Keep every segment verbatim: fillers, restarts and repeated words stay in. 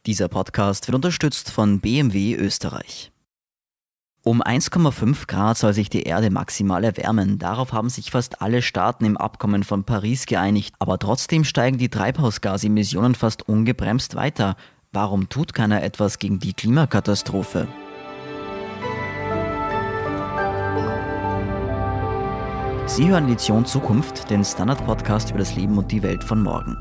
Dieser Podcast wird unterstützt von B M W Österreich. Um eins Komma fünf Grad soll sich die Erde maximal erwärmen. Darauf haben sich fast alle Staaten im Abkommen von Paris geeinigt. Aber trotzdem steigen die Treibhausgasemissionen fast ungebremst weiter. Warum tut keiner etwas gegen die Klimakatastrophe? Sie hören Edition Zukunft, den Standard-Podcast über das Leben und die Welt von morgen.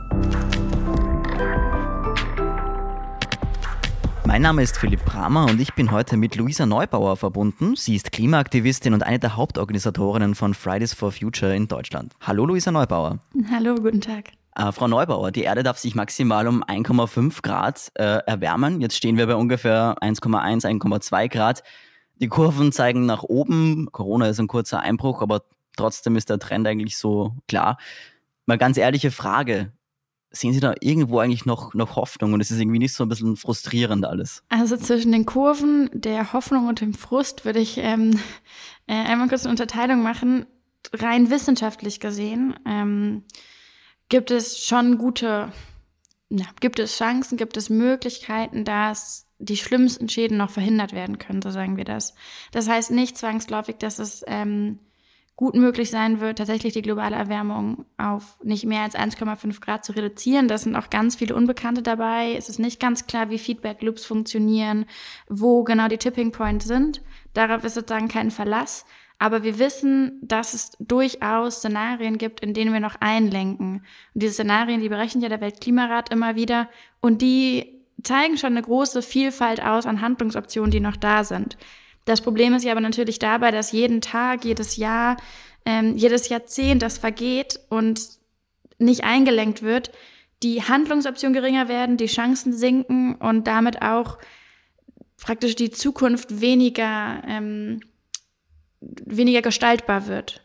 Mein Name ist Philipp Bramer und ich bin heute mit Luisa Neubauer verbunden. Sie ist Klimaaktivistin und eine der Hauptorganisatorinnen von Fridays for Future in Deutschland. Hallo Luisa Neubauer. Hallo, guten Tag. Äh, Frau Neubauer, die Erde darf sich maximal um eins Komma fünf Grad äh, erwärmen. Jetzt stehen wir bei ungefähr eins Komma eins, eins Komma zwei Grad. Die Kurven zeigen nach oben. Corona ist ein kurzer Einbruch, aber trotzdem ist der Trend eigentlich so klar. Mal ganz ehrliche Frage. Sehen Sie da irgendwo eigentlich noch, noch Hoffnung? Und es ist irgendwie nicht so ein bisschen frustrierend alles? Also zwischen den Kurven der Hoffnung und dem Frust würde ich ähm, äh, einmal kurz eine Unterteilung machen. Rein wissenschaftlich gesehen ähm, gibt es schon gute, na, gibt es Chancen, gibt es Möglichkeiten, dass die schlimmsten Schäden noch verhindert werden können, so sagen wir das. Das heißt nicht zwangsläufig, dass es ähm, gut möglich sein wird, tatsächlich die globale Erwärmung auf nicht mehr als eins Komma fünf Grad zu reduzieren. Da sind auch ganz viele Unbekannte dabei. Es ist nicht ganz klar, wie Feedback Loops funktionieren, wo genau die Tipping Points sind. Darauf ist sozusagen kein Verlass. Aber wir wissen, dass es durchaus Szenarien gibt, in denen wir noch einlenken. Und diese Szenarien, die berechnet ja der Weltklimarat immer wieder. Und die zeigen schon eine große Vielfalt aus an Handlungsoptionen, die noch da sind. Das Problem ist ja aber natürlich dabei, dass jeden Tag, jedes Jahr, ähm, jedes Jahrzehnt, das vergeht und nicht eingelenkt wird, die Handlungsoptionen geringer werden, die Chancen sinken und damit auch praktisch die Zukunft weniger, ähm, weniger gestaltbar wird.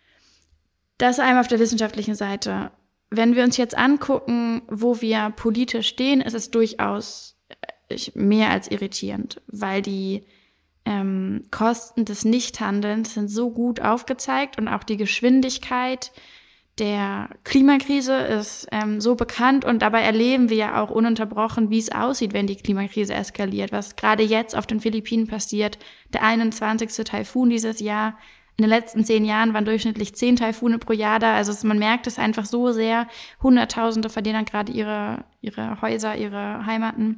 Das einmal auf der wissenschaftlichen Seite. Wenn wir uns jetzt angucken, wo wir politisch stehen, ist es durchaus mehr als irritierend, weil die Ähm, Kosten des Nichthandelns sind so gut aufgezeigt und auch die Geschwindigkeit der Klimakrise ist ähm, so bekannt und dabei erleben wir ja auch ununterbrochen, wie es aussieht, wenn die Klimakrise eskaliert, was gerade jetzt auf den Philippinen passiert, der einundzwanzigste Taifun dieses Jahr. In den letzten zehn Jahren waren durchschnittlich zehn Taifune pro Jahr da, also es, man merkt es einfach so sehr, Hunderttausende verlieren gerade ihre, ihre Häuser, ihre Heimaten.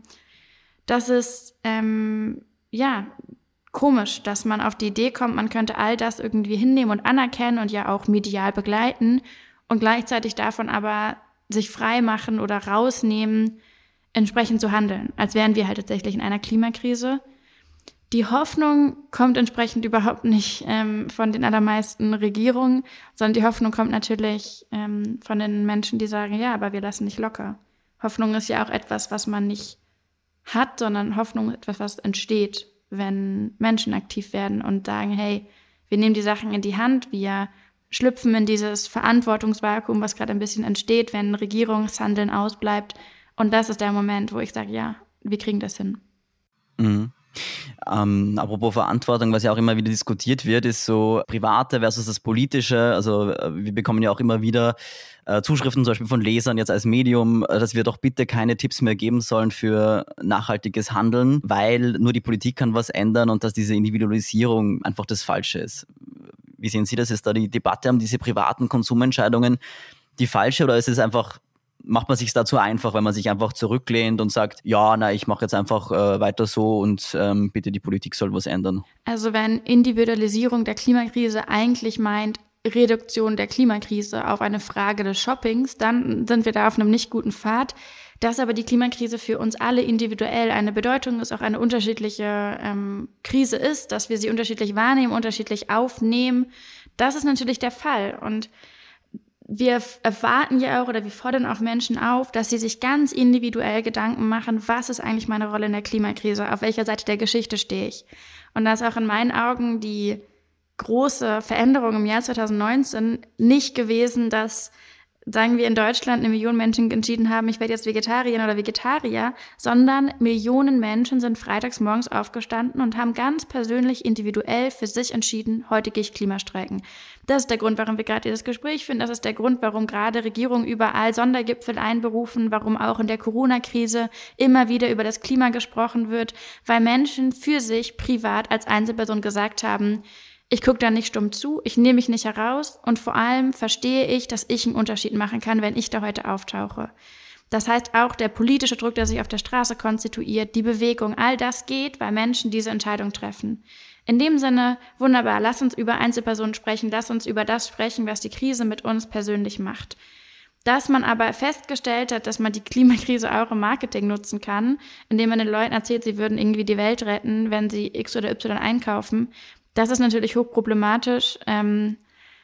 Das ist, ähm, ja, komisch, dass man auf die Idee kommt, man könnte all das irgendwie hinnehmen und anerkennen und ja auch medial begleiten und gleichzeitig davon aber sich frei machen oder rausnehmen, entsprechend zu handeln, als wären wir halt tatsächlich in einer Klimakrise. Die Hoffnung kommt entsprechend überhaupt nicht ähm, von den allermeisten Regierungen, sondern die Hoffnung kommt natürlich ähm, von den Menschen, die sagen, ja, aber wir lassen nicht locker. Hoffnung ist ja auch etwas, was man nicht hat, sondern Hoffnung ist etwas, was entsteht, wenn Menschen aktiv werden und sagen, hey, wir nehmen die Sachen in die Hand, wir schlüpfen in dieses Verantwortungsvakuum, was gerade ein bisschen entsteht, wenn Regierungshandeln ausbleibt. Und das ist der Moment, wo ich sage, ja, wir kriegen das hin. Mhm. Ähm, apropos Verantwortung, was ja auch immer wieder diskutiert wird, ist so Private versus das Politische. Also wir bekommen ja auch immer wieder äh, Zuschriften zum Beispiel von Lesern jetzt als Medium, dass wir doch bitte keine Tipps mehr geben sollen für nachhaltiges Handeln, weil nur die Politik kann was ändern und dass diese Individualisierung einfach das Falsche ist. Wie sehen Sie das? Ist da die Debatte um diese privaten Konsumentscheidungen die falsche oder ist es einfach, macht man sich da zu einfach, wenn man sich einfach zurücklehnt und sagt, ja, na, ich mache jetzt einfach äh, weiter so und ähm, bitte die Politik soll was ändern? Also wenn Individualisierung der Klimakrise eigentlich meint, Reduktion der Klimakrise auf eine Frage des Shoppings, dann sind wir da auf einem nicht guten Pfad. Dass aber die Klimakrise für uns alle individuell eine Bedeutung ist, auch eine unterschiedliche ähm, Krise ist, dass wir sie unterschiedlich wahrnehmen, unterschiedlich aufnehmen, das ist natürlich der Fall. Und wir erwarten ja auch oder wir fordern auch Menschen auf, dass sie sich ganz individuell Gedanken machen, was ist eigentlich meine Rolle in der Klimakrise, auf welcher Seite der Geschichte stehe ich. Und da ist auch in meinen Augen die große Veränderung im Jahr zwanzig neunzehn nicht gewesen, dass sagen wir in Deutschland, eine Million Menschen entschieden haben, ich werde jetzt Vegetarierin oder Vegetarier, sondern Millionen Menschen sind freitags morgens aufgestanden und haben ganz persönlich, individuell für sich entschieden, heute gehe ich Klimastreiken. Das ist der Grund, warum wir gerade dieses Gespräch führen. Das ist der Grund, warum gerade Regierungen überall Sondergipfel einberufen, warum auch in der Corona-Krise immer wieder über das Klima gesprochen wird, weil Menschen für sich privat als Einzelperson gesagt haben, ich gucke da nicht stumm zu, ich nehme mich nicht heraus und vor allem verstehe ich, dass ich einen Unterschied machen kann, wenn ich da heute auftauche. Das heißt auch der politische Druck, der sich auf der Straße konstituiert, die Bewegung, all das geht, weil Menschen diese Entscheidung treffen. In dem Sinne, wunderbar, lass uns über Einzelpersonen sprechen, lass uns über das sprechen, was die Krise mit uns persönlich macht. Dass man aber festgestellt hat, dass man die Klimakrise auch im Marketing nutzen kann, indem man den Leuten erzählt, sie würden irgendwie die Welt retten, wenn sie X oder Y einkaufen, das ist natürlich hochproblematisch ähm,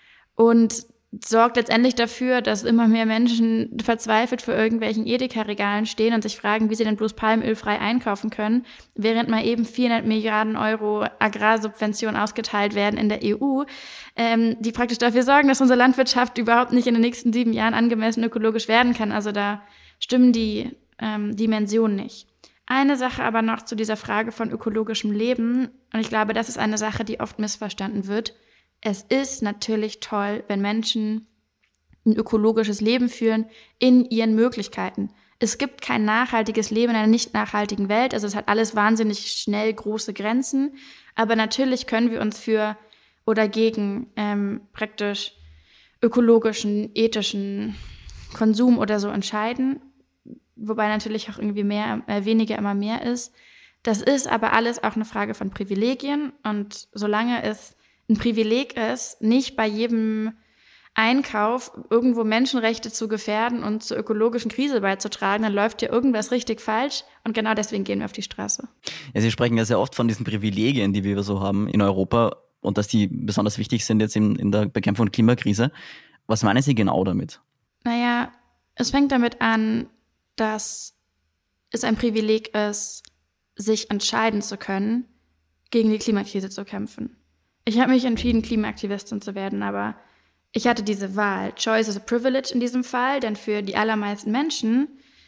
und sorgt letztendlich dafür, dass immer mehr Menschen verzweifelt vor irgendwelchen Edeka-Regalen stehen und sich fragen, wie sie denn bloß palmölfrei einkaufen können, während mal eben vierhundert Milliarden Euro Agrarsubventionen ausgeteilt werden in der E U, ähm, die praktisch dafür sorgen, dass unsere Landwirtschaft überhaupt nicht in den nächsten sieben Jahren angemessen ökologisch werden kann. Also da stimmen die ähm, Dimensionen nicht. Eine Sache aber noch zu dieser Frage von ökologischem Leben. Und ich glaube, das ist eine Sache, die oft missverstanden wird. Es ist natürlich toll, wenn Menschen ein ökologisches Leben führen in ihren Möglichkeiten. Es gibt kein nachhaltiges Leben in einer nicht nachhaltigen Welt. Also es hat alles wahnsinnig schnell große Grenzen. Aber natürlich können wir uns für oder gegen ähm, praktisch ökologischen, ethischen Konsum oder so entscheiden. Wobei natürlich auch irgendwie mehr, äh, weniger immer mehr ist. Das ist aber alles auch eine Frage von Privilegien und solange es ein Privileg ist, nicht bei jedem Einkauf irgendwo Menschenrechte zu gefährden und zur ökologischen Krise beizutragen, dann läuft hier irgendwas richtig falsch und genau deswegen gehen wir auf die Straße. Ja, Sie sprechen ja sehr oft von diesen Privilegien, die wir so haben in Europa und dass die besonders wichtig sind jetzt in, in der Bekämpfung der Klimakrise. Was meinen Sie genau damit? Naja, es fängt damit an, dass es ein Privileg ist, sich entscheiden zu können, gegen die Klimakrise zu kämpfen. Ich habe mich entschieden, Klimaaktivistin zu werden, aber ich hatte diese Wahl. Choice is a privilege in diesem Fall, denn für die allermeisten Menschen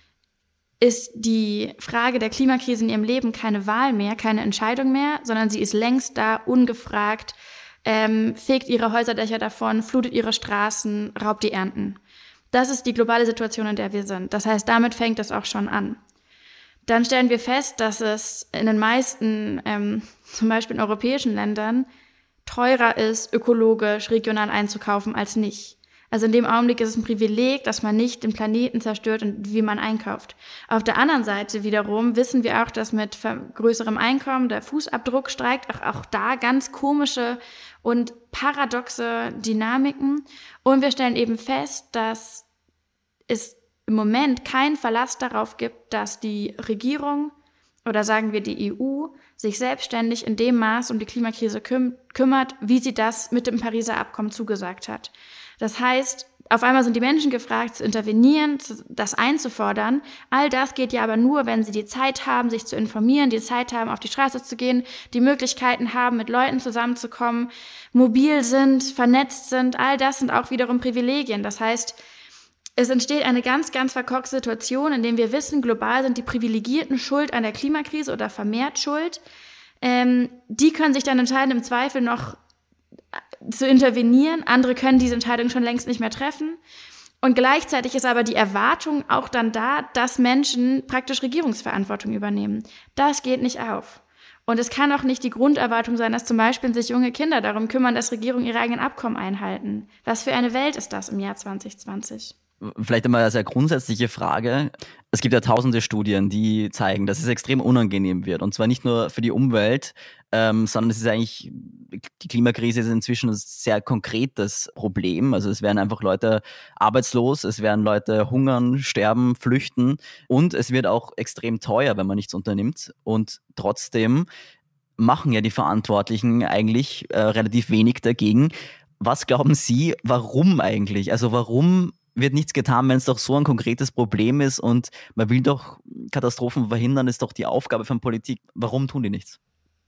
ist die Frage der Klimakrise in ihrem Leben keine Wahl mehr, keine Entscheidung mehr, sondern sie ist längst da, ungefragt, ähm, fegt ihre Häuserdächer davon, flutet ihre Straßen, raubt die Ernten. Das ist die globale Situation, in der wir sind. Das heißt, damit fängt es auch schon an. Dann stellen wir fest, dass es in den meisten, ähm, zum Beispiel in europäischen Ländern, teurer ist, ökologisch, regional einzukaufen als nicht. Also in dem Augenblick ist es ein Privileg, dass man nicht den Planeten zerstört und wie man einkauft. Auf der anderen Seite wiederum wissen wir auch, dass mit größerem Einkommen der Fußabdruck steigt. Auch, auch da ganz komische und paradoxe Dynamiken. Und wir stellen eben fest, dass es im Moment keinen Verlass darauf gibt, dass die Regierung oder sagen wir die E U sich selbstständig in dem Maß um die Klimakrise küm- kümmert, wie sie das mit dem Pariser Abkommen zugesagt hat. Das heißt, auf einmal sind die Menschen gefragt, zu intervenieren, das einzufordern. All das geht ja aber nur, wenn sie die Zeit haben, sich zu informieren, die Zeit haben, auf die Straße zu gehen, die Möglichkeiten haben, mit Leuten zusammenzukommen, mobil sind, vernetzt sind. All das sind auch wiederum Privilegien. Das heißt, es entsteht eine ganz, ganz verkorkste Situation, in der wir wissen, global sind die Privilegierten schuld an der Klimakrise oder vermehrt schuld. Ähm, die können sich dann entscheiden, im Zweifel noch zu intervenieren. Andere können diese Entscheidung schon längst nicht mehr treffen. Und gleichzeitig ist aber die Erwartung auch dann da, dass Menschen praktisch Regierungsverantwortung übernehmen. Das geht nicht auf. Und es kann auch nicht die Grunderwartung sein, dass zum Beispiel sich junge Kinder darum kümmern, dass Regierungen ihre eigenen Abkommen einhalten. Was für eine Welt ist das im Jahr zwanzig zwanzig? Vielleicht einmal eine sehr grundsätzliche Frage. Es gibt ja tausende Studien, die zeigen, dass es extrem unangenehm wird. Und zwar nicht nur für die Umwelt, ähm, sondern es ist eigentlich, die Klimakrise ist inzwischen ein sehr konkretes Problem. Also es werden einfach Leute arbeitslos, es werden Leute hungern, sterben, flüchten. Und es wird auch extrem teuer, wenn man nichts unternimmt. Und trotzdem machen ja die Verantwortlichen eigentlich äh, relativ wenig dagegen. Was glauben Sie, warum eigentlich? Also warum wird nichts getan, wenn es doch so ein konkretes Problem ist und man will doch Katastrophen verhindern, ist doch die Aufgabe von Politik. Warum tun die nichts?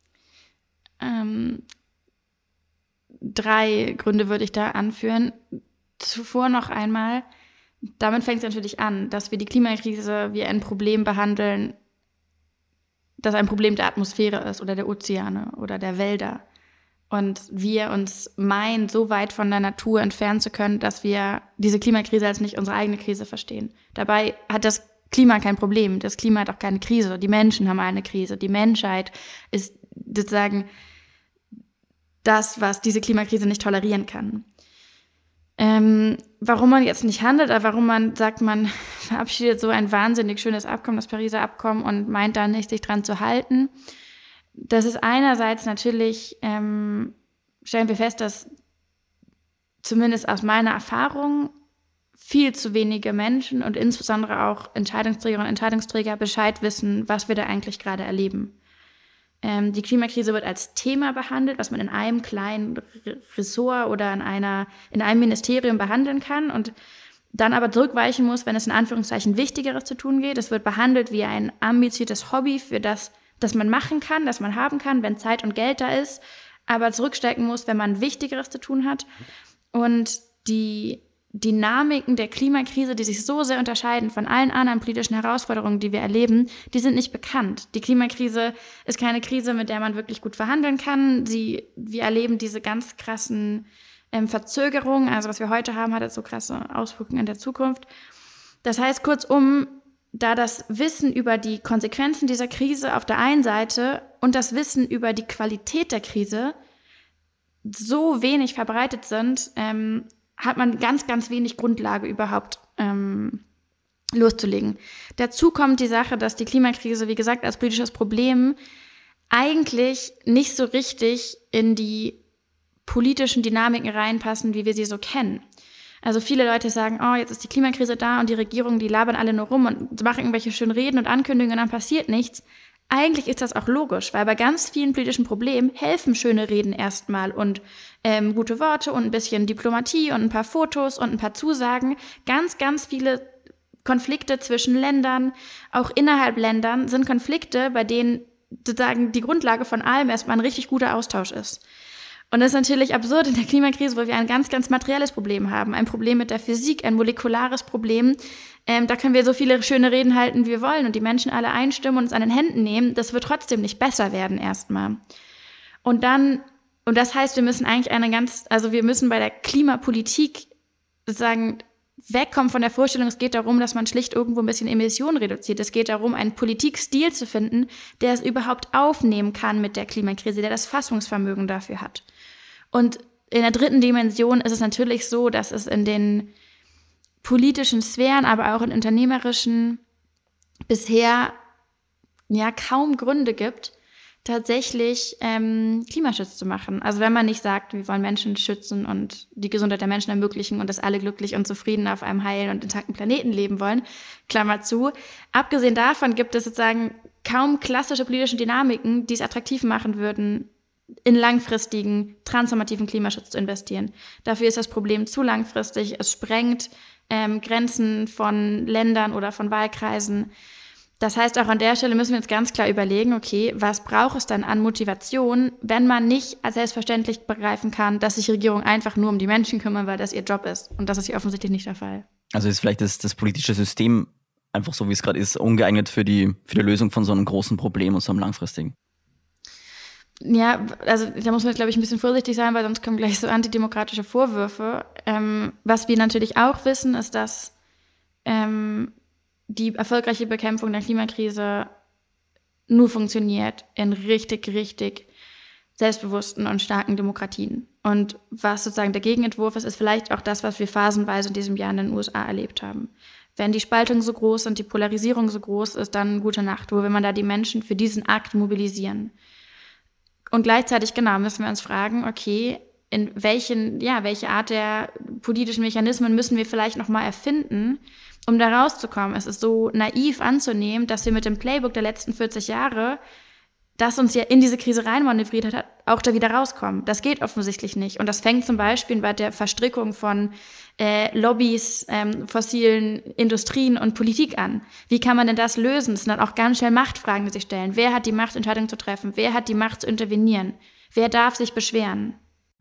Ähm, drei Gründe würde ich da anführen. Zuvor noch einmal, Damit fängt es natürlich an, dass wir die Klimakrise wie ein Problem behandeln, das ein Problem der Atmosphäre ist oder der Ozeane oder der Wälder. Und wir uns meinen, so weit von der Natur entfernen zu können, dass wir diese Klimakrise als nicht unsere eigene Krise verstehen. Dabei hat das Klima kein Problem. Das Klima hat auch keine Krise. Die Menschen haben eine Krise. Die Menschheit ist sozusagen das, was diese Klimakrise nicht tolerieren kann. Ähm, warum man jetzt nicht handelt, oder warum man sagt, man verabschiedet so ein wahnsinnig schönes Abkommen, das Pariser Abkommen, und meint dann nicht, sich dran zu halten. Das ist einerseits natürlich, ähm, stellen wir fest, dass zumindest aus meiner Erfahrung viel zu wenige Menschen und insbesondere auch Entscheidungsträger und Entscheidungsträger Bescheid wissen, was wir da eigentlich gerade erleben. Ähm, die Klimakrise wird als Thema behandelt, was man in einem kleinen Ressort oder in einer, in einem Ministerium behandeln kann und dann aber zurückweichen muss, wenn es in Anführungszeichen Wichtigeres zu tun geht. Es wird behandelt wie ein ambitioniertes Hobby, für das, das man machen kann, das man haben kann, wenn Zeit und Geld da ist, aber zurückstecken muss, wenn man Wichtigeres zu tun hat. Und die Dynamiken der Klimakrise, die sich so sehr unterscheiden von allen anderen politischen Herausforderungen, die wir erleben, die sind nicht bekannt. Die Klimakrise ist keine Krise, mit der man wirklich gut verhandeln kann. Sie, wir erleben diese ganz krassen ähm, Verzögerungen. Also was wir heute haben, hat jetzt so krasse Auswirkungen in der Zukunft. Das heißt, kurzum, da das Wissen über die Konsequenzen dieser Krise auf der einen Seite und das Wissen über die Qualität der Krise so wenig verbreitet sind, ähm, hat man ganz, ganz wenig Grundlage überhaupt ähm, loszulegen. Dazu kommt die Sache, dass die Klimakrise, wie gesagt, als politisches Problem eigentlich nicht so richtig in die politischen Dynamiken reinpassen, wie wir sie so kennen. Also viele Leute sagen, oh, jetzt ist die Klimakrise da und die Regierungen, die labern alle nur rum und machen irgendwelche schönen Reden und Ankündigungen und dann passiert nichts. Eigentlich ist das auch logisch, weil bei ganz vielen politischen Problemen helfen schöne Reden erstmal und ähm, gute Worte und ein bisschen Diplomatie und ein paar Fotos und ein paar Zusagen. Ganz, ganz viele Konflikte zwischen Ländern, auch innerhalb Ländern, sind Konflikte, bei denen sozusagen die Grundlage von allem erstmal ein richtig guter Austausch ist. Und das ist natürlich absurd in der Klimakrise, wo wir ein ganz, ganz materielles Problem haben. Ein Problem mit der Physik, ein molekulares Problem. Ähm, da können wir so viele schöne Reden halten, wie wir wollen und die Menschen alle einstimmen und uns an den Händen nehmen. Das wird trotzdem nicht besser werden erstmal. Und dann, und das heißt, wir müssen eigentlich eine ganz, also wir müssen bei der Klimapolitik sozusagen wegkommen von der Vorstellung, es geht darum, dass man schlicht irgendwo ein bisschen Emissionen reduziert. Es geht darum, einen Politikstil zu finden, der es überhaupt aufnehmen kann mit der Klimakrise, der das Fassungsvermögen dafür hat. Und in der dritten Dimension ist es natürlich so, dass es in den politischen Sphären, aber auch in unternehmerischen bisher ja kaum Gründe gibt, tatsächlich ähm, Klimaschutz zu machen. Also wenn man nicht sagt, wir wollen Menschen schützen und die Gesundheit der Menschen ermöglichen und dass alle glücklich und zufrieden auf einem heilen und intakten Planeten leben wollen, Klammer zu. Abgesehen davon gibt es sozusagen kaum klassische politische Dynamiken, die es attraktiv machen würden, in langfristigen, transformativen Klimaschutz zu investieren. Dafür ist das Problem zu langfristig. Es sprengt ähm, Grenzen von Ländern oder von Wahlkreisen. Das heißt, auch an der Stelle müssen wir uns ganz klar überlegen, okay, was braucht es dann an Motivation, wenn man nicht als selbstverständlich begreifen kann, dass sich Regierungen einfach nur um die Menschen kümmern, weil das ihr Job ist. Und das ist hier offensichtlich nicht der Fall. Also ist vielleicht das, das politische System einfach so, wie es gerade ist, ungeeignet für die, für die Lösung von so einem großen Problem und so einem langfristigen? Ja, also da muss man, glaube ich, ein bisschen vorsichtig sein, weil sonst kommen gleich so antidemokratische Vorwürfe. Ähm, was wir natürlich auch wissen, ist, dass ähm, die erfolgreiche Bekämpfung der Klimakrise nur funktioniert in richtig, richtig selbstbewussten und starken Demokratien. Und was sozusagen der Gegenentwurf ist, ist vielleicht auch das, was wir phasenweise in diesem Jahr in den U S A erlebt haben. Wenn die Spaltung so groß und die Polarisierung so groß ist, dann gute Nacht. Wo will man da die Menschen für diesen Akt mobilisieren? Und gleichzeitig, genau, müssen wir uns fragen, okay, in welchen, ja, welche Art der politischen Mechanismen müssen wir vielleicht nochmal erfinden, um da rauszukommen? Es ist so naiv anzunehmen, dass wir mit dem Playbook der letzten vierzig Jahre, das uns ja in diese Krise reinmanövriert hat, auch da wieder rauskommen. Das geht offensichtlich nicht. Und das fängt zum Beispiel bei der Verstrickung von äh, Lobbys, ähm, fossilen Industrien und Politik an. Wie kann man denn das lösen? Das sind dann auch ganz schnell Machtfragen, die sich stellen. Wer hat die Macht, Entscheidungen zu treffen? Wer hat die Macht zu intervenieren? Wer darf sich beschweren?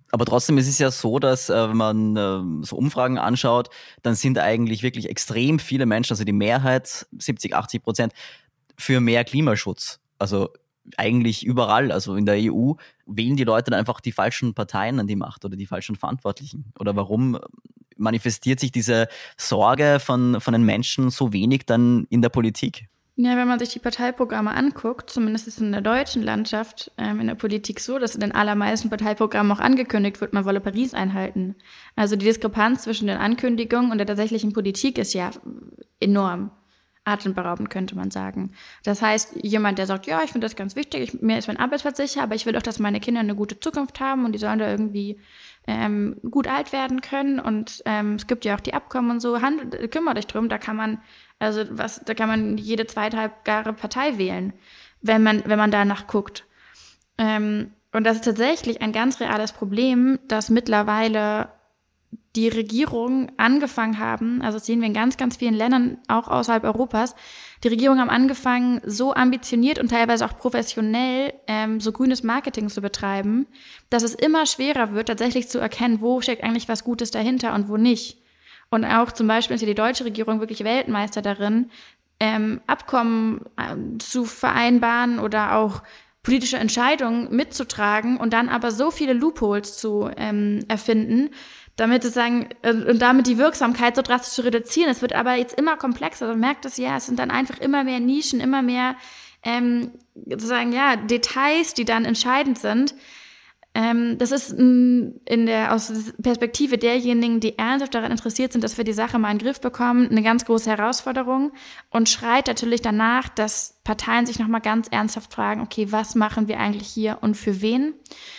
Aber trotzdem ist es ja so, dass äh, wenn man äh, so Umfragen anschaut, dann sind eigentlich wirklich extrem viele Menschen, also die Mehrheit, siebzig, achtzig Prozent, für mehr Klimaschutz. Also eigentlich überall, also in der E U, wählen die Leute dann einfach die falschen Parteien an die Macht oder die falschen Verantwortlichen. Oder warum manifestiert sich diese Sorge von, von den Menschen so wenig dann in der Politik? Ja, wenn man sich die Parteiprogramme anguckt, zumindest ist in der deutschen Landschaft, ähm, in der Politik so, dass in den allermeisten Parteiprogrammen auch angekündigt wird, man wolle Paris einhalten. Also die Diskrepanz zwischen den Ankündigungen und der tatsächlichen Politik ist ja enorm. Atemberaubend, könnte man sagen. Das heißt, jemand, der sagt, ja, ich finde das ganz wichtig, ich, mir ist mein Arbeitsplatz sicher, aber ich will auch, dass meine Kinder eine gute Zukunft haben und die sollen da irgendwie ähm, gut alt werden können und ähm, es gibt ja auch die Abkommen und so, handelt, kümmert euch drum, da kann man, also was, da kann man jede zweieinhalb Jahre Partei wählen, wenn man, wenn man danach guckt. Ähm, und das ist tatsächlich ein ganz reales Problem, dass mittlerweile die Regierungen angefangen haben, also das sehen wir in ganz, ganz vielen Ländern, auch außerhalb Europas, die Regierungen haben angefangen, so ambitioniert und teilweise auch professionell ähm, so grünes Marketing zu betreiben, dass es immer schwerer wird, tatsächlich zu erkennen, wo steckt eigentlich was Gutes dahinter und wo nicht. Und auch zum Beispiel ist ja die deutsche Regierung wirklich Weltmeister darin, ähm, Abkommen ähm, zu vereinbaren oder auch politische Entscheidungen mitzutragen und dann aber so viele Loopholes zu ähm, erfinden, damit sozusagen äh, und damit die Wirksamkeit so drastisch zu reduzieren. Es wird aber jetzt immer komplexer. Man merkt es ja, es sind dann einfach immer mehr Nischen, immer mehr ähm, sozusagen ja Details, die dann entscheidend sind. Ähm, das ist m, in der aus Perspektive derjenigen, die ernsthaft daran interessiert sind, dass wir die Sache mal in den Griff bekommen, eine ganz große Herausforderung und schreit natürlich danach, dass Parteien sich nochmal ganz ernsthaft fragen, okay, was machen wir eigentlich hier und für wen?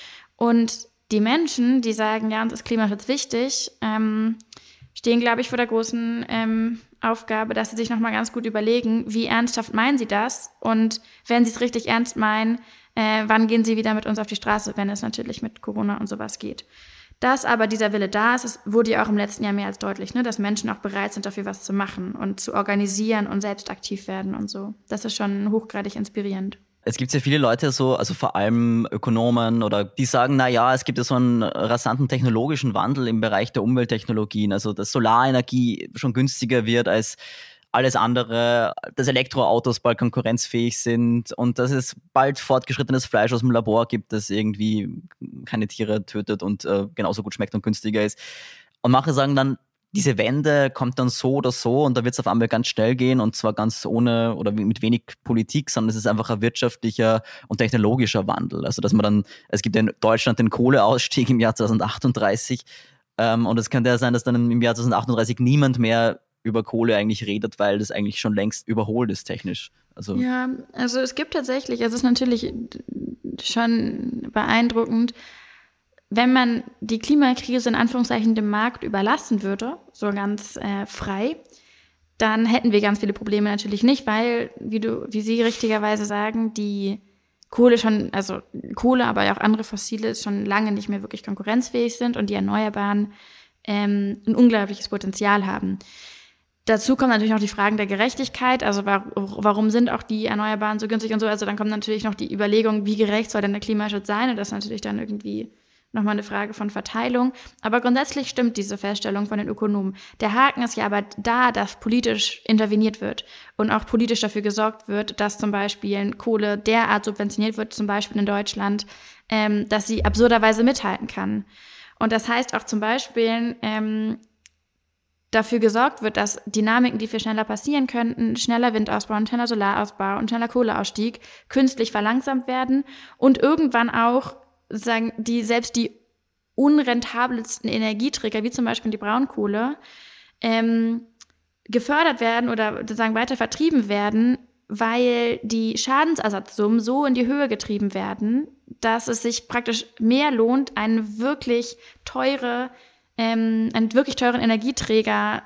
Und die Menschen, die sagen, ja, uns ist Klimaschutz wichtig, ähm, stehen, glaube ich, vor der großen ähm, Aufgabe, dass sie sich nochmal ganz gut überlegen, wie ernsthaft meinen sie das? Und wenn sie es richtig ernst meinen, äh, wann gehen sie wieder mit uns auf die Straße, wenn es natürlich mit Corona und sowas geht. Dass aber dieser Wille da ist, es wurde ja auch im letzten Jahr mehr als deutlich, ne, dass Menschen auch bereit sind, dafür was zu machen und zu organisieren und selbst aktiv werden und so. Das ist schon hochgradig inspirierend. Es gibt ja viele Leute so, also vor allem Ökonomen oder die sagen, na ja, es gibt ja so einen rasanten technologischen Wandel im Bereich der Umwelttechnologien, also dass Solarenergie schon günstiger wird als alles andere, dass Elektroautos bald konkurrenzfähig sind und dass es bald fortgeschrittenes Fleisch aus dem Labor gibt, das irgendwie keine Tiere tötet und äh, genauso gut schmeckt und günstiger ist. Und manche sagen dann, diese Wende kommt dann so oder so und da wird es auf einmal ganz schnell gehen und zwar ganz ohne oder mit wenig Politik, sondern es ist einfach ein wirtschaftlicher und technologischer Wandel. Also dass man dann, es gibt ja in Deutschland den Kohleausstieg im Jahr zweitausendachtunddreißig ähm, und es könnte ja sein, dass dann im Jahr zweitausendachtunddreißig niemand mehr über Kohle eigentlich redet, weil das eigentlich schon längst überholt ist technisch. Also ja, also es gibt tatsächlich, es ist natürlich schon beeindruckend, wenn man die Klimakrise in Anführungszeichen dem Markt überlassen würde, so ganz äh, frei, dann hätten wir ganz viele Probleme natürlich nicht, weil, wie du, wie Sie richtigerweise sagen, die Kohle schon, also Kohle, aber auch andere Fossile schon lange nicht mehr wirklich konkurrenzfähig sind und die Erneuerbaren ähm, ein unglaubliches Potenzial haben. Dazu kommen natürlich noch die Fragen der Gerechtigkeit, also warum sind auch die Erneuerbaren so günstig und so, also dann kommt natürlich noch die Überlegung, wie gerecht soll denn der Klimaschutz sein und das ist natürlich dann irgendwie nochmal eine Frage von Verteilung. Aber grundsätzlich stimmt diese Feststellung von den Ökonomen. Der Haken ist ja aber da, dass politisch interveniert wird und auch politisch dafür gesorgt wird, dass zum Beispiel Kohle derart subventioniert wird, zum Beispiel in Deutschland, ähm, dass sie absurderweise mithalten kann. Und das heißt auch zum Beispiel, ähm, dafür gesorgt wird, dass Dynamiken, die viel schneller passieren könnten, schneller Windausbau, schneller Solarausbau und schneller Kohleausstieg, künstlich verlangsamt werden und irgendwann auch sagen die selbst die unrentabelsten Energieträger, wie zum Beispiel die Braunkohle, ähm, gefördert werden oder sozusagen weiter vertrieben werden, weil die Schadensersatzsummen so in die Höhe getrieben werden, dass es sich praktisch mehr lohnt, einen wirklich teure, ähm, einen wirklich teuren Energieträger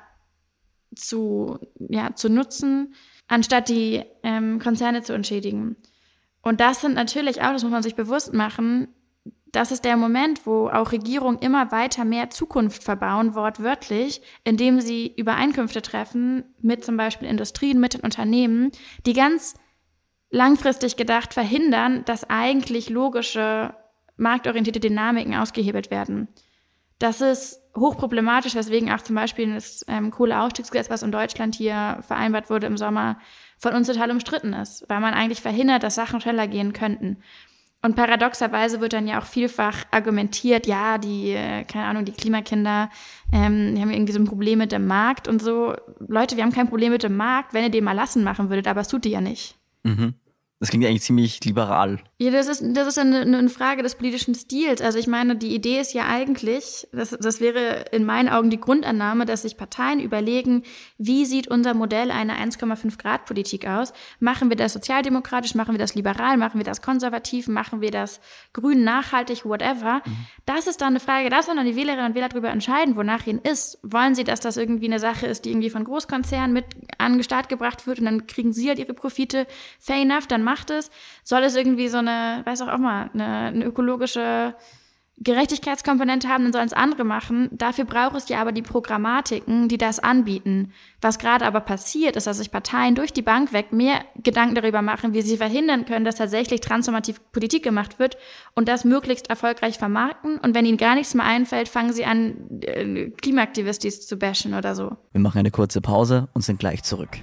zu, ja, zu nutzen, anstatt die ähm, Konzerne zu entschädigen. Und das sind natürlich auch, das muss man sich bewusst machen, das ist der Moment, wo auch Regierungen immer weiter mehr Zukunft verbauen, wortwörtlich, indem sie Übereinkünfte treffen mit zum Beispiel Industrien, mit den Unternehmen, die ganz langfristig gedacht verhindern, dass eigentlich logische marktorientierte Dynamiken ausgehebelt werden. Das ist hochproblematisch, weswegen auch zum Beispiel das ähm, Kohleausstiegsgesetz, was in Deutschland hier vereinbart wurde im Sommer, von uns total umstritten ist, weil man eigentlich verhindert, dass Sachen schneller gehen könnten. Und paradoxerweise wird dann ja auch vielfach argumentiert, ja, die, äh, keine Ahnung, die Klimakinder, ähm, die haben irgendwie so ein Problem mit dem Markt und so. Leute, wir haben kein Problem mit dem Markt, wenn ihr den mal lassen machen würdet, aber es tut ihr ja nicht. Mhm. Das klingt ja eigentlich ziemlich liberal. Ja, das ist, das ist eine, eine Frage des politischen Stils. Also ich meine, die Idee ist ja eigentlich, das, das wäre in meinen Augen die Grundannahme, dass sich Parteien überlegen, wie sieht unser Modell einer eins Komma fünf Grad Politik aus? Machen wir das sozialdemokratisch, machen wir das liberal, machen wir das konservativ, machen wir das grün, nachhaltig, whatever. Mhm. Das ist dann eine Frage, da sollen dann die Wählerinnen und Wähler darüber entscheiden, wonach ihnen ist. Wollen sie, dass das irgendwie eine Sache ist, die irgendwie von Großkonzernen mit an den Start gebracht wird und dann kriegen sie halt ihre Profite? Fair enough, dann macht es. Soll es irgendwie so eine, weiß auch auch mal, eine, eine ökologische Gerechtigkeitskomponente haben, dann sollen es andere machen. Dafür braucht es ja aber die Programmatiken, die das anbieten. Was gerade aber passiert, ist, dass sich Parteien durch die Bank weg mehr Gedanken darüber machen, wie sie verhindern können, dass tatsächlich transformativ Politik gemacht wird und das möglichst erfolgreich vermarkten. Und wenn ihnen gar nichts mehr einfällt, fangen sie an, Klimaaktivistis zu bashen oder so. Wir machen eine kurze Pause und sind gleich zurück.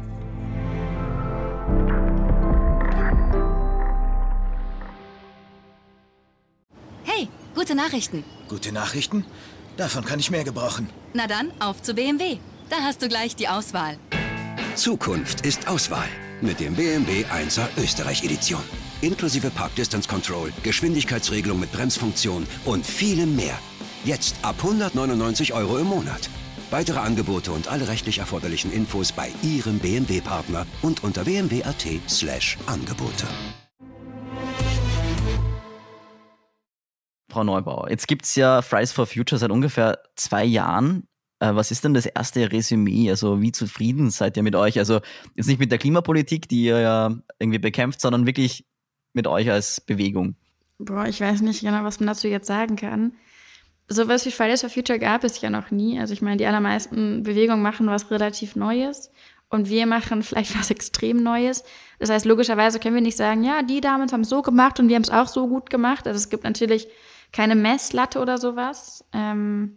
Hey, gute Nachrichten. Gute Nachrichten? Davon kann ich mehr gebrauchen. Na dann, auf zu B M W. Da hast du gleich die Auswahl. Zukunft ist Auswahl. Mit dem B M W einser Österreich-Edition. Inklusive Park Distance Control, Geschwindigkeitsregelung mit Bremsfunktion und vielem mehr. Jetzt ab hundertneunundneunzig Euro im Monat. Weitere Angebote und alle rechtlich erforderlichen Infos bei Ihrem B M W-Partner und unter b m w punkt a t slash Angebote. Frau Neubauer, jetzt gibt es ja Fridays for Future seit ungefähr zwei Jahren. Äh, was ist denn das erste Resümee? Also wie zufrieden seid ihr mit euch? Also jetzt nicht mit der Klimapolitik, die ihr ja irgendwie bekämpft, sondern wirklich mit euch als Bewegung. Boah, ich weiß nicht genau, was man dazu jetzt sagen kann. Sowas wie Fridays for Future gab es ja noch nie. Also ich meine, die allermeisten Bewegungen machen was relativ Neues und wir machen vielleicht was extrem Neues. Das heißt, logischerweise können wir nicht sagen, ja, die damals haben es so gemacht und wir haben es auch so gut gemacht. Also es gibt natürlich keine Messlatte oder sowas. Ähm,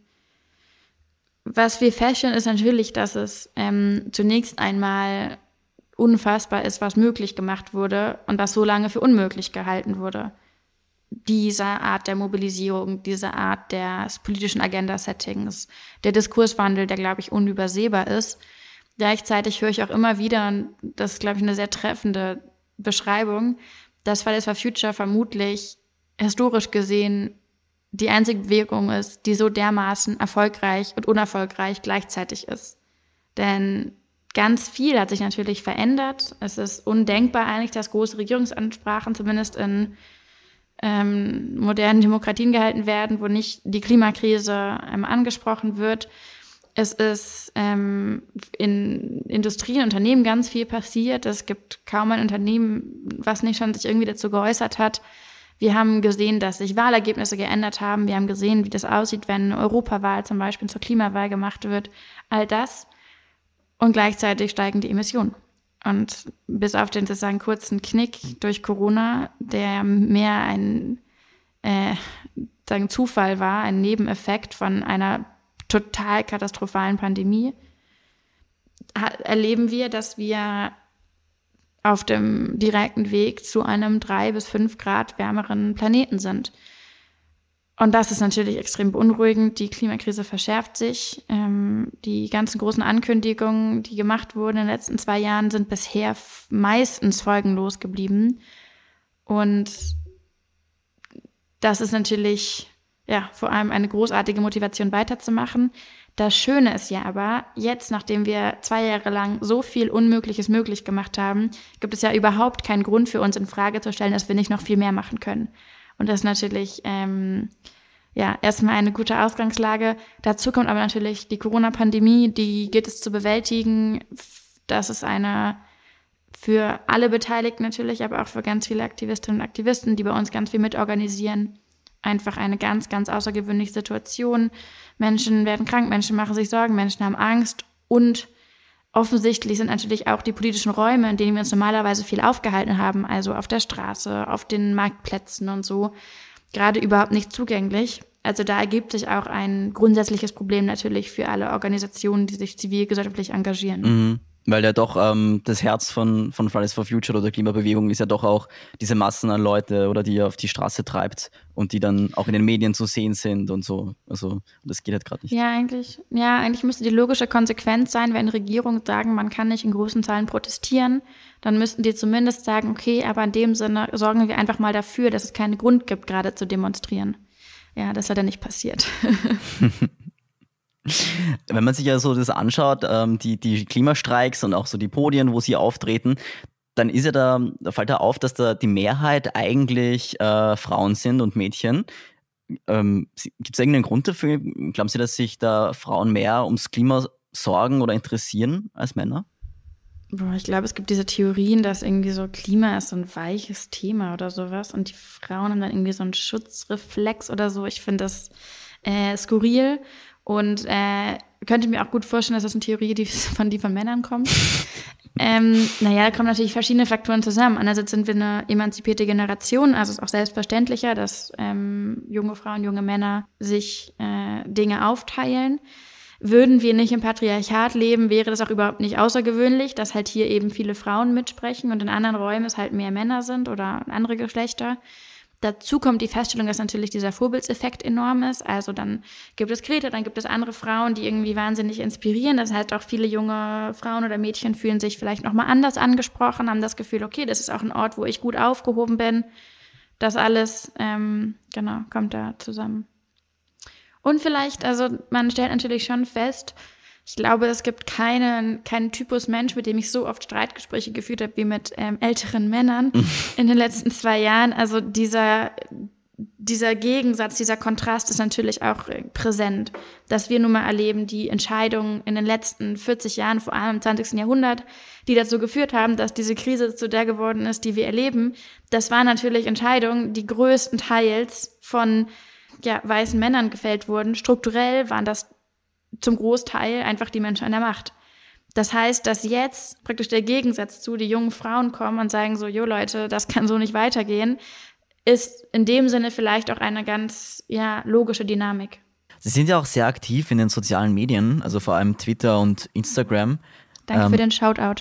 was wir feststellen, ist natürlich, dass es ähm, zunächst einmal unfassbar ist, was möglich gemacht wurde und was so lange für unmöglich gehalten wurde. Diese Art der Mobilisierung, diese Art des politischen Agenda-Settings, der Diskurswandel, der, glaube ich, unübersehbar ist. Gleichzeitig höre ich auch immer wieder, und das ist, glaube ich, eine sehr treffende Beschreibung, dass Fridays for Future vermutlich historisch gesehen die einzige Bewegung ist, die so dermaßen erfolgreich und unerfolgreich gleichzeitig ist. Denn ganz viel hat sich natürlich verändert. Es ist undenkbar eigentlich, dass große Regierungsansprachen zumindest in ähm, modernen Demokratien gehalten werden, wo nicht die Klimakrise ähm, angesprochen wird. Es ist ähm, in Industrien, Unternehmen ganz viel passiert. Es gibt kaum ein Unternehmen, was nicht schon sich irgendwie dazu geäußert hat. Wir haben gesehen, dass sich Wahlergebnisse geändert haben. Wir haben gesehen, wie das aussieht, wenn eine Europawahl zum Beispiel zur Klimawahl gemacht wird. All das. Und gleichzeitig steigen die Emissionen. Und bis auf den sozusagen kurzen Knick durch Corona, der mehr ein äh, sagen Zufall war, ein Nebeneffekt von einer total katastrophalen Pandemie, erleben wir, dass wir auf dem direkten Weg zu einem drei bis fünf Grad wärmeren Planeten sind. Und das ist natürlich extrem beunruhigend. Die Klimakrise verschärft sich. Ähm, die ganzen großen Ankündigungen, die gemacht wurden in den letzten zwei Jahren, sind bisher f- meistens folgenlos geblieben. Und das ist natürlich ja vor allem eine großartige Motivation, weiterzumachen. Das Schöne ist ja aber, jetzt, nachdem wir zwei Jahre lang so viel Unmögliches möglich gemacht haben, gibt es ja überhaupt keinen Grund für uns in Frage zu stellen, dass wir nicht noch viel mehr machen können. Und das ist natürlich ähm, ja erstmal eine gute Ausgangslage. Dazu kommt aber natürlich die Corona-Pandemie, die gilt es zu bewältigen. Das ist eine für alle Beteiligten natürlich, aber auch für ganz viele Aktivistinnen und Aktivisten, die bei uns ganz viel mitorganisieren. Einfach eine ganz, ganz außergewöhnliche Situation. Menschen werden krank, Menschen machen sich Sorgen, Menschen haben Angst und offensichtlich sind natürlich auch die politischen Räume, in denen wir uns normalerweise viel aufgehalten haben, also auf der Straße, auf den Marktplätzen und so, gerade überhaupt nicht zugänglich. Also da ergibt sich auch ein grundsätzliches Problem natürlich für alle Organisationen, die sich zivilgesellschaftlich engagieren. Mhm. Weil ja doch ähm, das Herz von, von Fridays for Future oder der Klimabewegung ist ja doch auch diese Massen an Leute, oder die ihr auf die Straße treibt und die dann auch in den Medien zu sehen sind und so. Also das geht halt gerade nicht. Ja, eigentlich, ja, eigentlich müsste die logische Konsequenz sein, wenn Regierungen sagen, man kann nicht in großen Zahlen protestieren, dann müssten die zumindest sagen, okay, aber in dem Sinne sorgen wir einfach mal dafür, dass es keinen Grund gibt, gerade zu demonstrieren. Ja, das hat ja nicht passiert. Wenn man sich ja so das anschaut, ähm, die, die Klimastreiks und auch so die Podien, wo sie auftreten, dann ist ja da, da fällt da auf, dass da die Mehrheit eigentlich äh, Frauen sind und Mädchen. Ähm, gibt es irgendeinen Grund dafür? Glauben Sie, dass sich da Frauen mehr ums Klima sorgen oder interessieren als Männer? Boah, ich glaube, es gibt diese Theorien, dass irgendwie so Klima ist so ein weiches Thema oder sowas und die Frauen haben dann irgendwie so einen Schutzreflex oder so. Ich finde das äh, skurril. Und äh, könnte mir auch gut vorstellen, dass das eine Theorie die von, die von Männern kommt. ähm, naja, da kommen natürlich verschiedene Faktoren zusammen. Einerseits sind wir eine emanzipierte Generation, also ist auch selbstverständlicher, dass ähm, junge Frauen, junge Männer sich äh, Dinge aufteilen. Würden wir nicht im Patriarchat leben, wäre das auch überhaupt nicht außergewöhnlich, dass halt hier eben viele Frauen mitsprechen und in anderen Räumen es halt mehr Männer sind oder andere Geschlechter. Dazu kommt die Feststellung, dass natürlich dieser Vorbildseffekt enorm ist. Also dann gibt es Greta, dann gibt es andere Frauen, die irgendwie wahnsinnig inspirieren. Das heißt, auch viele junge Frauen oder Mädchen fühlen sich vielleicht nochmal anders angesprochen, haben das Gefühl, okay, das ist auch ein Ort, wo ich gut aufgehoben bin. Das alles, ähm, genau, kommt da zusammen. Und vielleicht, also man stellt natürlich schon fest, ich glaube, es gibt keinen, keinen Typus Mensch, mit dem ich so oft Streitgespräche geführt habe wie mit ähm, älteren Männern in den letzten zwei Jahren. Also dieser, dieser Gegensatz, dieser Kontrast ist natürlich auch äh, präsent, dass wir nun mal erleben, die Entscheidungen in den letzten vierzig Jahren, vor allem im zwanzigsten Jahrhundert, die dazu geführt haben, dass diese Krise zu der geworden ist, die wir erleben. Das waren natürlich Entscheidungen, die größtenteils von ja, weißen Männern gefällt wurden. Strukturell waren das zum Großteil einfach die Menschen an der Macht. Das heißt, dass jetzt praktisch der Gegensatz zu, die jungen Frauen kommen und sagen so, jo Leute, das kann so nicht weitergehen, ist in dem Sinne vielleicht auch eine ganz ja, logische Dynamik. Sie sind ja auch sehr aktiv in den sozialen Medien, also vor allem Twitter und Instagram. Danke ähm, für den Shoutout.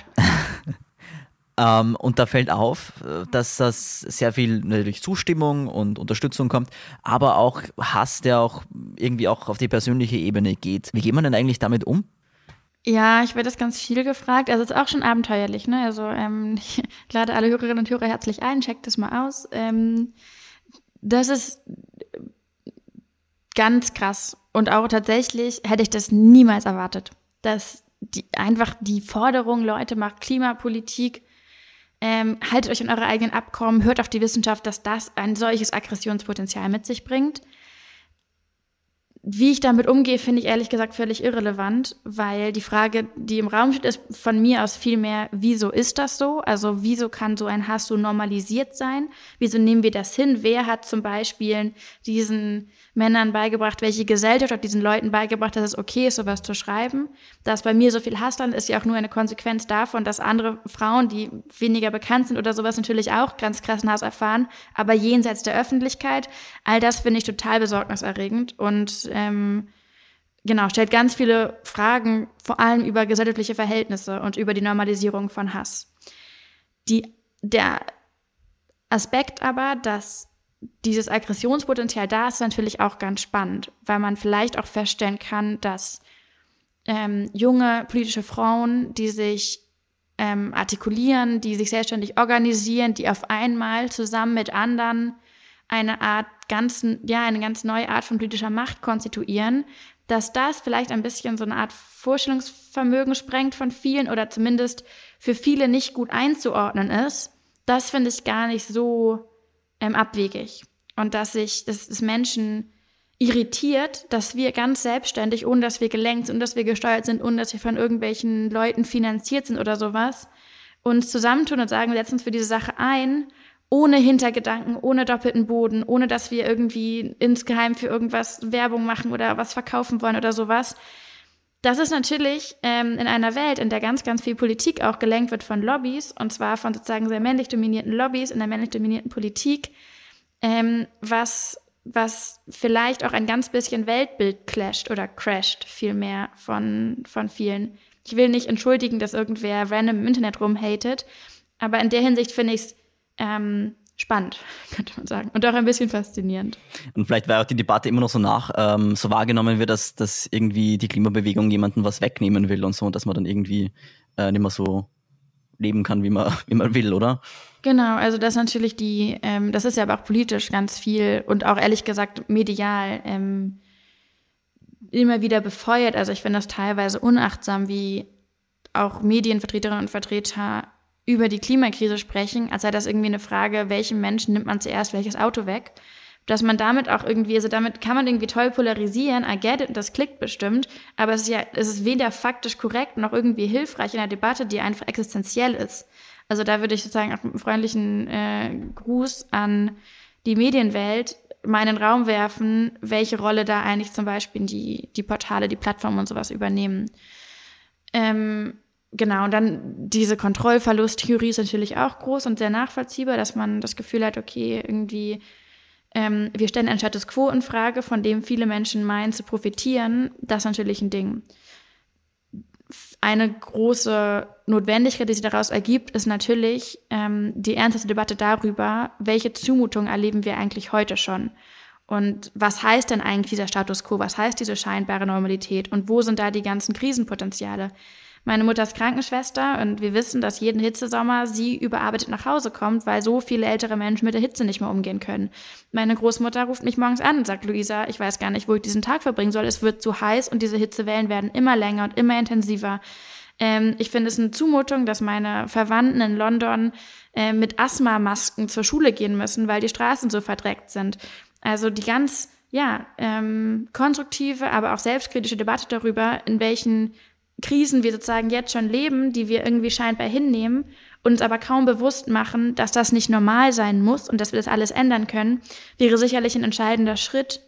Ähm, und da fällt auf, dass das sehr viel durch Zustimmung und Unterstützung kommt, aber auch Hass, der auch irgendwie auch auf die persönliche Ebene geht. Wie geht man denn eigentlich damit um? Ja, ich werde das ganz viel gefragt. Also es ist auch schon abenteuerlich, ne? Also ähm, ich lade alle Hörerinnen und Hörer herzlich ein, checkt das mal aus. Ähm, das ist ganz krass. Und auch tatsächlich hätte ich das niemals erwartet. Dass die, einfach die Forderung, Leute, macht Klimapolitik, Ähm, haltet euch an eure eigenen Abkommen, hört auf die Wissenschaft, dass das ein solches Aggressionspotenzial mit sich bringt. Wie ich damit umgehe, finde ich ehrlich gesagt völlig irrelevant, weil die Frage, die im Raum steht, ist von mir aus vielmehr, wieso ist das so? Also wieso kann so ein Hass so normalisiert sein? Wieso nehmen wir das hin? Wer hat zum Beispiel diesen Männern beigebracht, welche Gesellschaft hat diesen Leuten beigebracht, dass es okay ist, sowas zu schreiben? Dass bei mir so viel Hass dann ist ja auch nur eine Konsequenz davon, dass andere Frauen, die weniger bekannt sind oder sowas, natürlich auch ganz krassen Hass erfahren, aber jenseits der Öffentlichkeit. All das finde ich total besorgniserregend und ähm, genau, stellt ganz viele Fragen, vor allem über gesellschaftliche Verhältnisse und über die Normalisierung von Hass. Die, der Aspekt aber, dass dieses Aggressionspotenzial da ist, ist natürlich auch ganz spannend, weil man vielleicht auch feststellen kann, dass ähm, junge politische Frauen, die sich ähm, artikulieren, die sich selbstständig organisieren, die auf einmal zusammen mit anderen eine Art ganz, ja, eine ganz neue Art von politischer Macht konstituieren, dass das vielleicht ein bisschen so eine Art Vorstellungsvermögen sprengt von vielen oder zumindest für viele nicht gut einzuordnen ist, das finde ich gar nicht so ähm, abwegig. Und dass sich, dass es Menschen irritiert, dass wir ganz selbstständig, ohne dass wir gelenkt sind, ohne dass wir gesteuert sind, ohne dass wir von irgendwelchen Leuten finanziert sind oder sowas, uns zusammentun und sagen, wir setzen uns für diese Sache ein, ohne Hintergedanken, ohne doppelten Boden, ohne dass wir irgendwie insgeheim für irgendwas Werbung machen oder was verkaufen wollen oder sowas. Das ist natürlich ähm, in einer Welt, in der ganz, ganz viel Politik auch gelenkt wird von Lobbys, und zwar von sozusagen sehr männlich dominierten Lobbys in der männlich dominierten Politik, ähm, was, was vielleicht auch ein ganz bisschen Weltbild clasht oder crasht vielmehr von, von vielen. Ich will nicht entschuldigen, dass irgendwer random im Internet rumhatet, aber in der Hinsicht finde ich es ähm, spannend, könnte man sagen. Und auch ein bisschen faszinierend. Und vielleicht, weil auch die Debatte immer noch so nach, ähm, so wahrgenommen wird, dass, dass irgendwie die Klimabewegung jemanden was wegnehmen will und so, und dass man dann irgendwie äh, nicht mehr so leben kann, wie man, wie man will, oder? Genau, also das natürlich die, ähm, das ist ja aber auch politisch ganz viel und auch ehrlich gesagt medial ähm, immer wieder befeuert. Also ich finde das teilweise unachtsam, wie auch Medienvertreterinnen und Vertreter über die Klimakrise sprechen, als sei das irgendwie eine Frage, welchem Menschen nimmt man zuerst welches Auto weg. Dass man damit auch irgendwie, also damit kann man irgendwie toll polarisieren, I get it, das klickt bestimmt, aber es ist ja, es ist weder faktisch korrekt noch irgendwie hilfreich in einer Debatte, die einfach existenziell ist. Also da würde ich sozusagen auch mit einem freundlichen äh, Gruß an die Medienwelt mal in den Raum werfen, welche Rolle da eigentlich zum Beispiel die, die Portale, die Plattformen und sowas übernehmen. Ähm, genau, und dann diese Kontrollverlusttheorie ist natürlich auch groß und sehr nachvollziehbar, dass man das Gefühl hat, okay, irgendwie ähm, wir stellen einen Status quo in Frage, von dem viele Menschen meinen zu profitieren. Das ist natürlich ein Ding. Eine große Notwendigkeit, die sich daraus ergibt, ist natürlich ähm, die ernsthafte Debatte darüber, welche Zumutungen erleben wir eigentlich heute schon und was heißt denn eigentlich dieser Status quo, was heißt diese scheinbare Normalität und wo sind da die ganzen Krisenpotenziale? Meine Mutter ist Krankenschwester und wir wissen, dass jeden Hitzesommer sie überarbeitet nach Hause kommt, weil so viele ältere Menschen mit der Hitze nicht mehr umgehen können. Meine Großmutter ruft mich morgens an und sagt, Luisa, ich weiß gar nicht, wo ich diesen Tag verbringen soll. Es wird zu heiß und diese Hitzewellen werden immer länger und immer intensiver. Ähm, ich finde es eine Zumutung, dass meine Verwandten in London äh, mit Asthmamasken zur Schule gehen müssen, weil die Straßen so verdreckt sind. Also die ganz, ja, ähm, konstruktive, aber auch selbstkritische Debatte darüber, in welchen Krisen wir sozusagen jetzt schon leben, die wir irgendwie scheinbar hinnehmen, uns aber kaum bewusst machen, dass das nicht normal sein muss und dass wir das alles ändern können, wäre sicherlich ein entscheidender Schritt,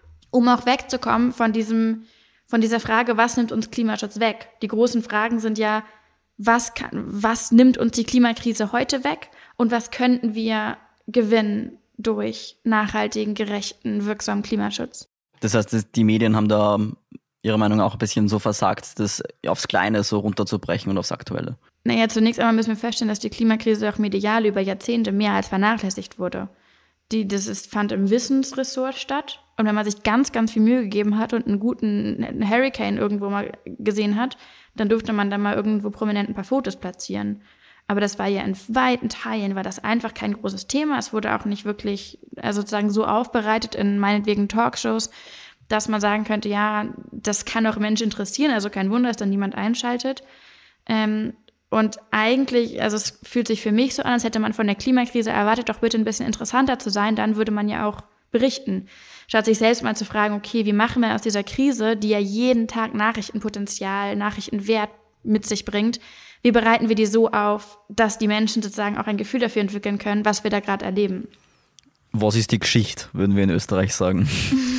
um auch wegzukommen von diesem, von dieser Frage, was nimmt uns Klimaschutz weg? Die großen Fragen sind ja, was kann, was nimmt uns die Klimakrise heute weg und was könnten wir gewinnen durch nachhaltigen, gerechten, wirksamen Klimaschutz? Das heißt, die Medien haben da Ihrer Meinung nach auch ein bisschen so versagt, das aufs Kleine so runterzubrechen und aufs Aktuelle? Naja, zunächst einmal müssen wir feststellen, dass die Klimakrise auch medial über Jahrzehnte mehr als vernachlässigt wurde. Die, das ist, fand im Wissensressort statt. Und wenn man sich ganz, ganz viel Mühe gegeben hat und einen guten einen Hurricane irgendwo mal gesehen hat, dann durfte man da mal irgendwo prominent ein paar Fotos platzieren. Aber das war ja in weiten Teilen, war das einfach kein großes Thema. Es wurde auch nicht wirklich, also sozusagen so aufbereitet in meinetwegen Talkshows, dass man sagen könnte, ja, das kann auch Menschen interessieren, also kein Wunder, dass dann niemand einschaltet. Ähm, und eigentlich, also es fühlt sich für mich so an, als hätte man von der Klimakrise erwartet, doch bitte ein bisschen interessanter zu sein, dann würde man ja auch berichten. Statt sich selbst mal zu fragen, okay, wie machen wir aus dieser Krise, die ja jeden Tag Nachrichtenpotenzial, Nachrichtenwert mit sich bringt, wie bereiten wir die so auf, dass die Menschen sozusagen auch ein Gefühl dafür entwickeln können, was wir da gerade erleben. Was ist die Geschichte, würden wir in Österreich sagen?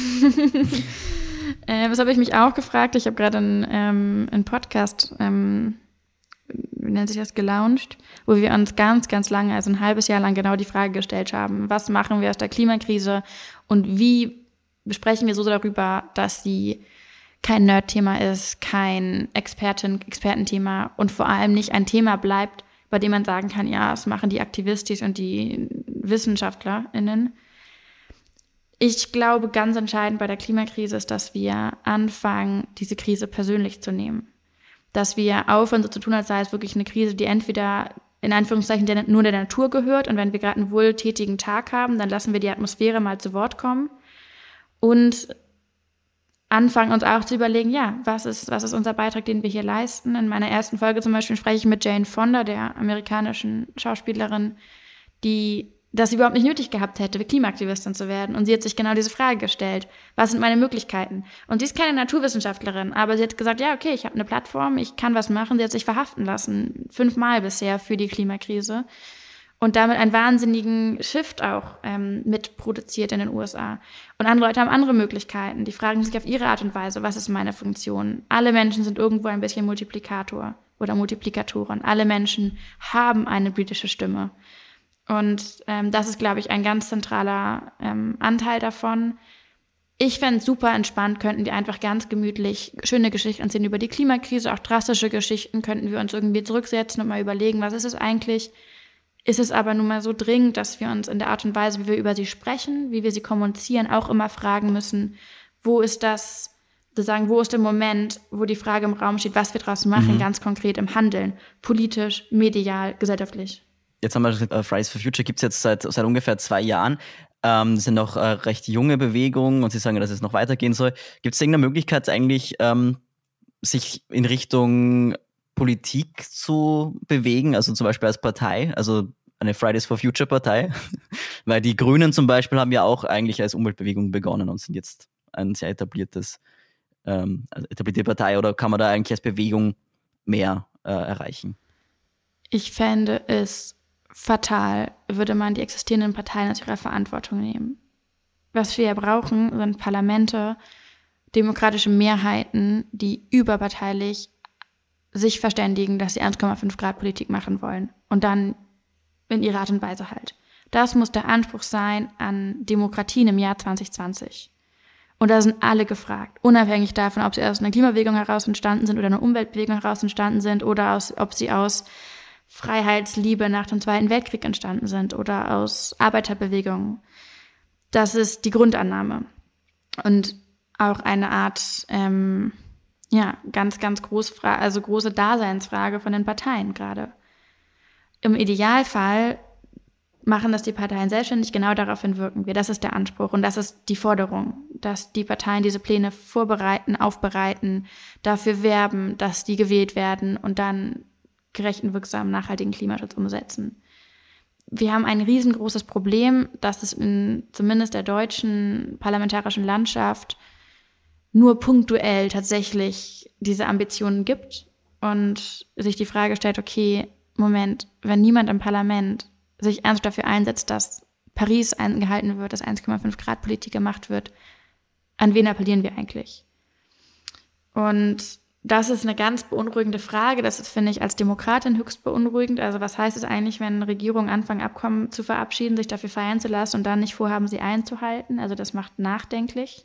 äh, das habe ich mich auch gefragt. Ich habe gerade einen, ähm, einen Podcast, ähm, wie nennt sich das, gelauncht, wo wir uns ganz, ganz lange, also ein halbes Jahr lang genau die Frage gestellt haben, was machen wir aus der Klimakrise und wie besprechen wir so darüber, dass sie kein Nerd-Thema ist, kein Expertin, Expertenthema und vor allem nicht ein Thema bleibt, bei dem man sagen kann, ja, das machen die Aktivistis und die WissenschaftlerInnen. Ich glaube, ganz entscheidend bei der Klimakrise ist, dass wir anfangen, diese Krise persönlich zu nehmen. Dass wir aufhören, so zu tun, als sei es wirklich eine Krise, die entweder in Anführungszeichen der, nur der Natur gehört und wenn wir gerade einen wohltätigen Tag haben, dann lassen wir die Atmosphäre mal zu Wort kommen und anfangen uns auch zu überlegen, ja, was ist, was ist unser Beitrag, den wir hier leisten? In meiner ersten Folge zum Beispiel spreche ich mit Jane Fonda, der amerikanischen Schauspielerin, die das überhaupt nicht nötig gehabt hätte, Klimaaktivistin zu werden. Und sie hat sich genau diese Frage gestellt. Was sind meine Möglichkeiten? Und sie ist keine Naturwissenschaftlerin, aber sie hat gesagt, ja, okay, ich habe eine Plattform, ich kann was machen. Sie hat sich verhaften lassen, fünfmal bisher für die Klimakrise. Und damit einen wahnsinnigen Shift auch ähm, mitproduziert in den U S A. Und andere Leute haben andere Möglichkeiten. Die fragen sich auf ihre Art und Weise, was ist meine Funktion? Alle Menschen sind irgendwo ein bisschen Multiplikator oder Multiplikatoren. Alle Menschen haben eine britische Stimme. Und ähm, das ist, glaube ich, ein ganz zentraler ähm, Anteil davon. Ich fände es super entspannt, könnten wir einfach ganz gemütlich schöne Geschichten erzählen über die Klimakrise, auch drastische Geschichten, könnten wir uns irgendwie zurücksetzen und mal überlegen, was ist es eigentlich? Ist es aber nun mal so dringend, dass wir uns in der Art und Weise, wie wir über sie sprechen, wie wir sie kommunizieren, auch immer fragen müssen, wo ist das, sozusagen, wo ist der Moment, wo die Frage im Raum steht, was wir daraus machen, mhm. ganz konkret im Handeln, politisch, medial, gesellschaftlich. Jetzt haben wir äh, Fridays for Future gibt es jetzt seit, seit ungefähr zwei Jahren. Ähm, das sind noch äh, recht junge Bewegungen und Sie sagen, dass es noch weitergehen soll. Gibt es irgendeine Möglichkeit eigentlich, ähm, sich in Richtung Politik zu bewegen, also zum Beispiel als Partei, also eine Fridays for Future Partei? Weil die Grünen zum Beispiel haben ja auch eigentlich als Umweltbewegung begonnen und sind jetzt ein sehr etabliertes, ähm, etablierte Partei, oder kann man da eigentlich als Bewegung mehr äh, erreichen? Ich fände es fatal, würde man die existierenden Parteien aus ihrer Verantwortung nehmen. Was wir ja brauchen, sind Parlamente, demokratische Mehrheiten, die überparteilich sich verständigen, dass sie eins Komma fünf Grad Politik machen wollen. Und dann in ihrer Art und Weise halt. Das muss der Anspruch sein an Demokratien im Jahr zwanzig zwanzig. Und da sind alle gefragt, unabhängig davon, ob sie aus einer Klimabewegung heraus entstanden sind oder einer Umweltbewegung heraus entstanden sind oder aus, ob sie aus Freiheitsliebe nach dem Zweiten Weltkrieg entstanden sind oder aus Arbeiterbewegungen. Das ist die Grundannahme. Und auch eine Art, ähm, ja, ganz, ganz groß, also große Daseinsfrage von den Parteien gerade. Im Idealfall machen das die Parteien selbstständig, genau daraufhin wirken wir. Das ist der Anspruch und das ist die Forderung, dass die Parteien diese Pläne vorbereiten, aufbereiten, dafür werben, dass die gewählt werden und dann gerechten, wirksamen, nachhaltigen Klimaschutz umsetzen. Wir haben ein riesengroßes Problem, dass es in zumindest der deutschen parlamentarischen Landschaft nur punktuell tatsächlich diese Ambitionen gibt und sich die Frage stellt, okay, Moment, wenn niemand im Parlament sich ernst dafür einsetzt, dass Paris eingehalten wird, dass eins Komma fünf Grad Politik gemacht wird, an wen appellieren wir eigentlich? Und das ist eine ganz beunruhigende Frage. Das ist, finde ich, als Demokratin höchst beunruhigend. Also was heißt es eigentlich, wenn Regierungen anfangen, Abkommen zu verabschieden, sich dafür feiern zu lassen und dann nicht vorhaben, sie einzuhalten? Also das macht nachdenklich.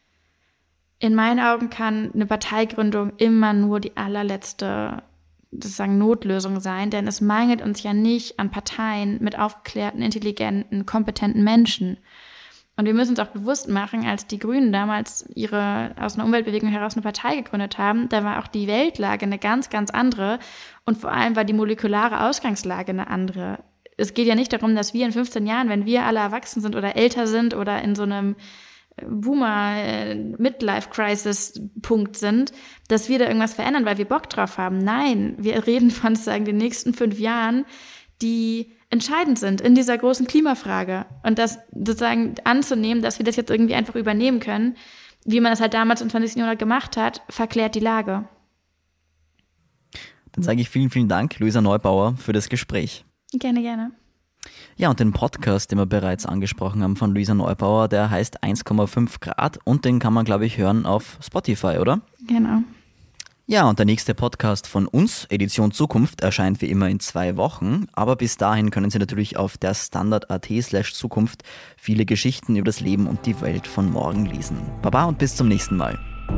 In meinen Augen kann eine Parteigründung immer nur die allerletzte, sozusagen, Notlösung sein, denn es mangelt uns ja nicht an Parteien mit aufgeklärten, intelligenten, kompetenten Menschen. Und wir müssen uns auch bewusst machen, als die Grünen damals ihre aus einer Umweltbewegung heraus eine Partei gegründet haben, da war auch die Weltlage eine ganz, ganz andere und vor allem war die molekulare Ausgangslage eine andere. Es geht ja nicht darum, dass wir in fünfzehn Jahren, wenn wir alle erwachsen sind oder älter sind oder in so einem Boomer-Midlife-Crisis-Punkt sind, dass wir da irgendwas verändern, weil wir Bock drauf haben. Nein, wir reden von sozusagen den nächsten fünf Jahren, die entscheidend sind in dieser großen Klimafrage. Und das sozusagen anzunehmen, dass wir das jetzt irgendwie einfach übernehmen können, wie man das halt damals im zwanzigsten Jahrhundert gemacht hat, verklärt die Lage. Dann sage ich vielen, vielen Dank, Luisa Neubauer, für das Gespräch. Gerne, gerne. Ja, und den Podcast, den wir bereits angesprochen haben von Luisa Neubauer, der heißt eins Komma fünf Grad und den kann man, glaube ich, hören auf Spotify, oder? Genau. Ja, und der nächste Podcast von uns, Edition Zukunft, erscheint wie immer in zwei Wochen. Aber bis dahin können Sie natürlich auf der Standard.at slash Zukunft viele Geschichten über das Leben und die Welt von morgen lesen. Baba und bis zum nächsten Mal.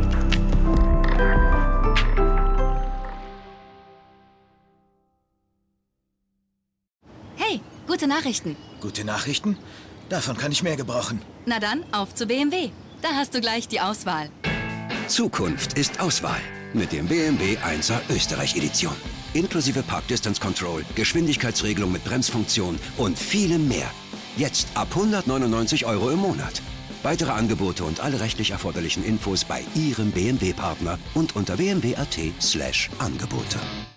Hey, gute Nachrichten. Gute Nachrichten? Davon kann ich mehr gebrauchen. Na dann, auf zu B M W. Da hast du gleich die Auswahl. Zukunft ist Auswahl. Mit dem B M W einser Österreich Edition. Inklusive Park Distance Control, Geschwindigkeitsregelung mit Bremsfunktion und vielem mehr. Jetzt ab hundertneunundneunzig Euro im Monat. Weitere Angebote und alle rechtlich erforderlichen Infos bei Ihrem B M W-Partner und unter b m w punkt a t slash Angebote.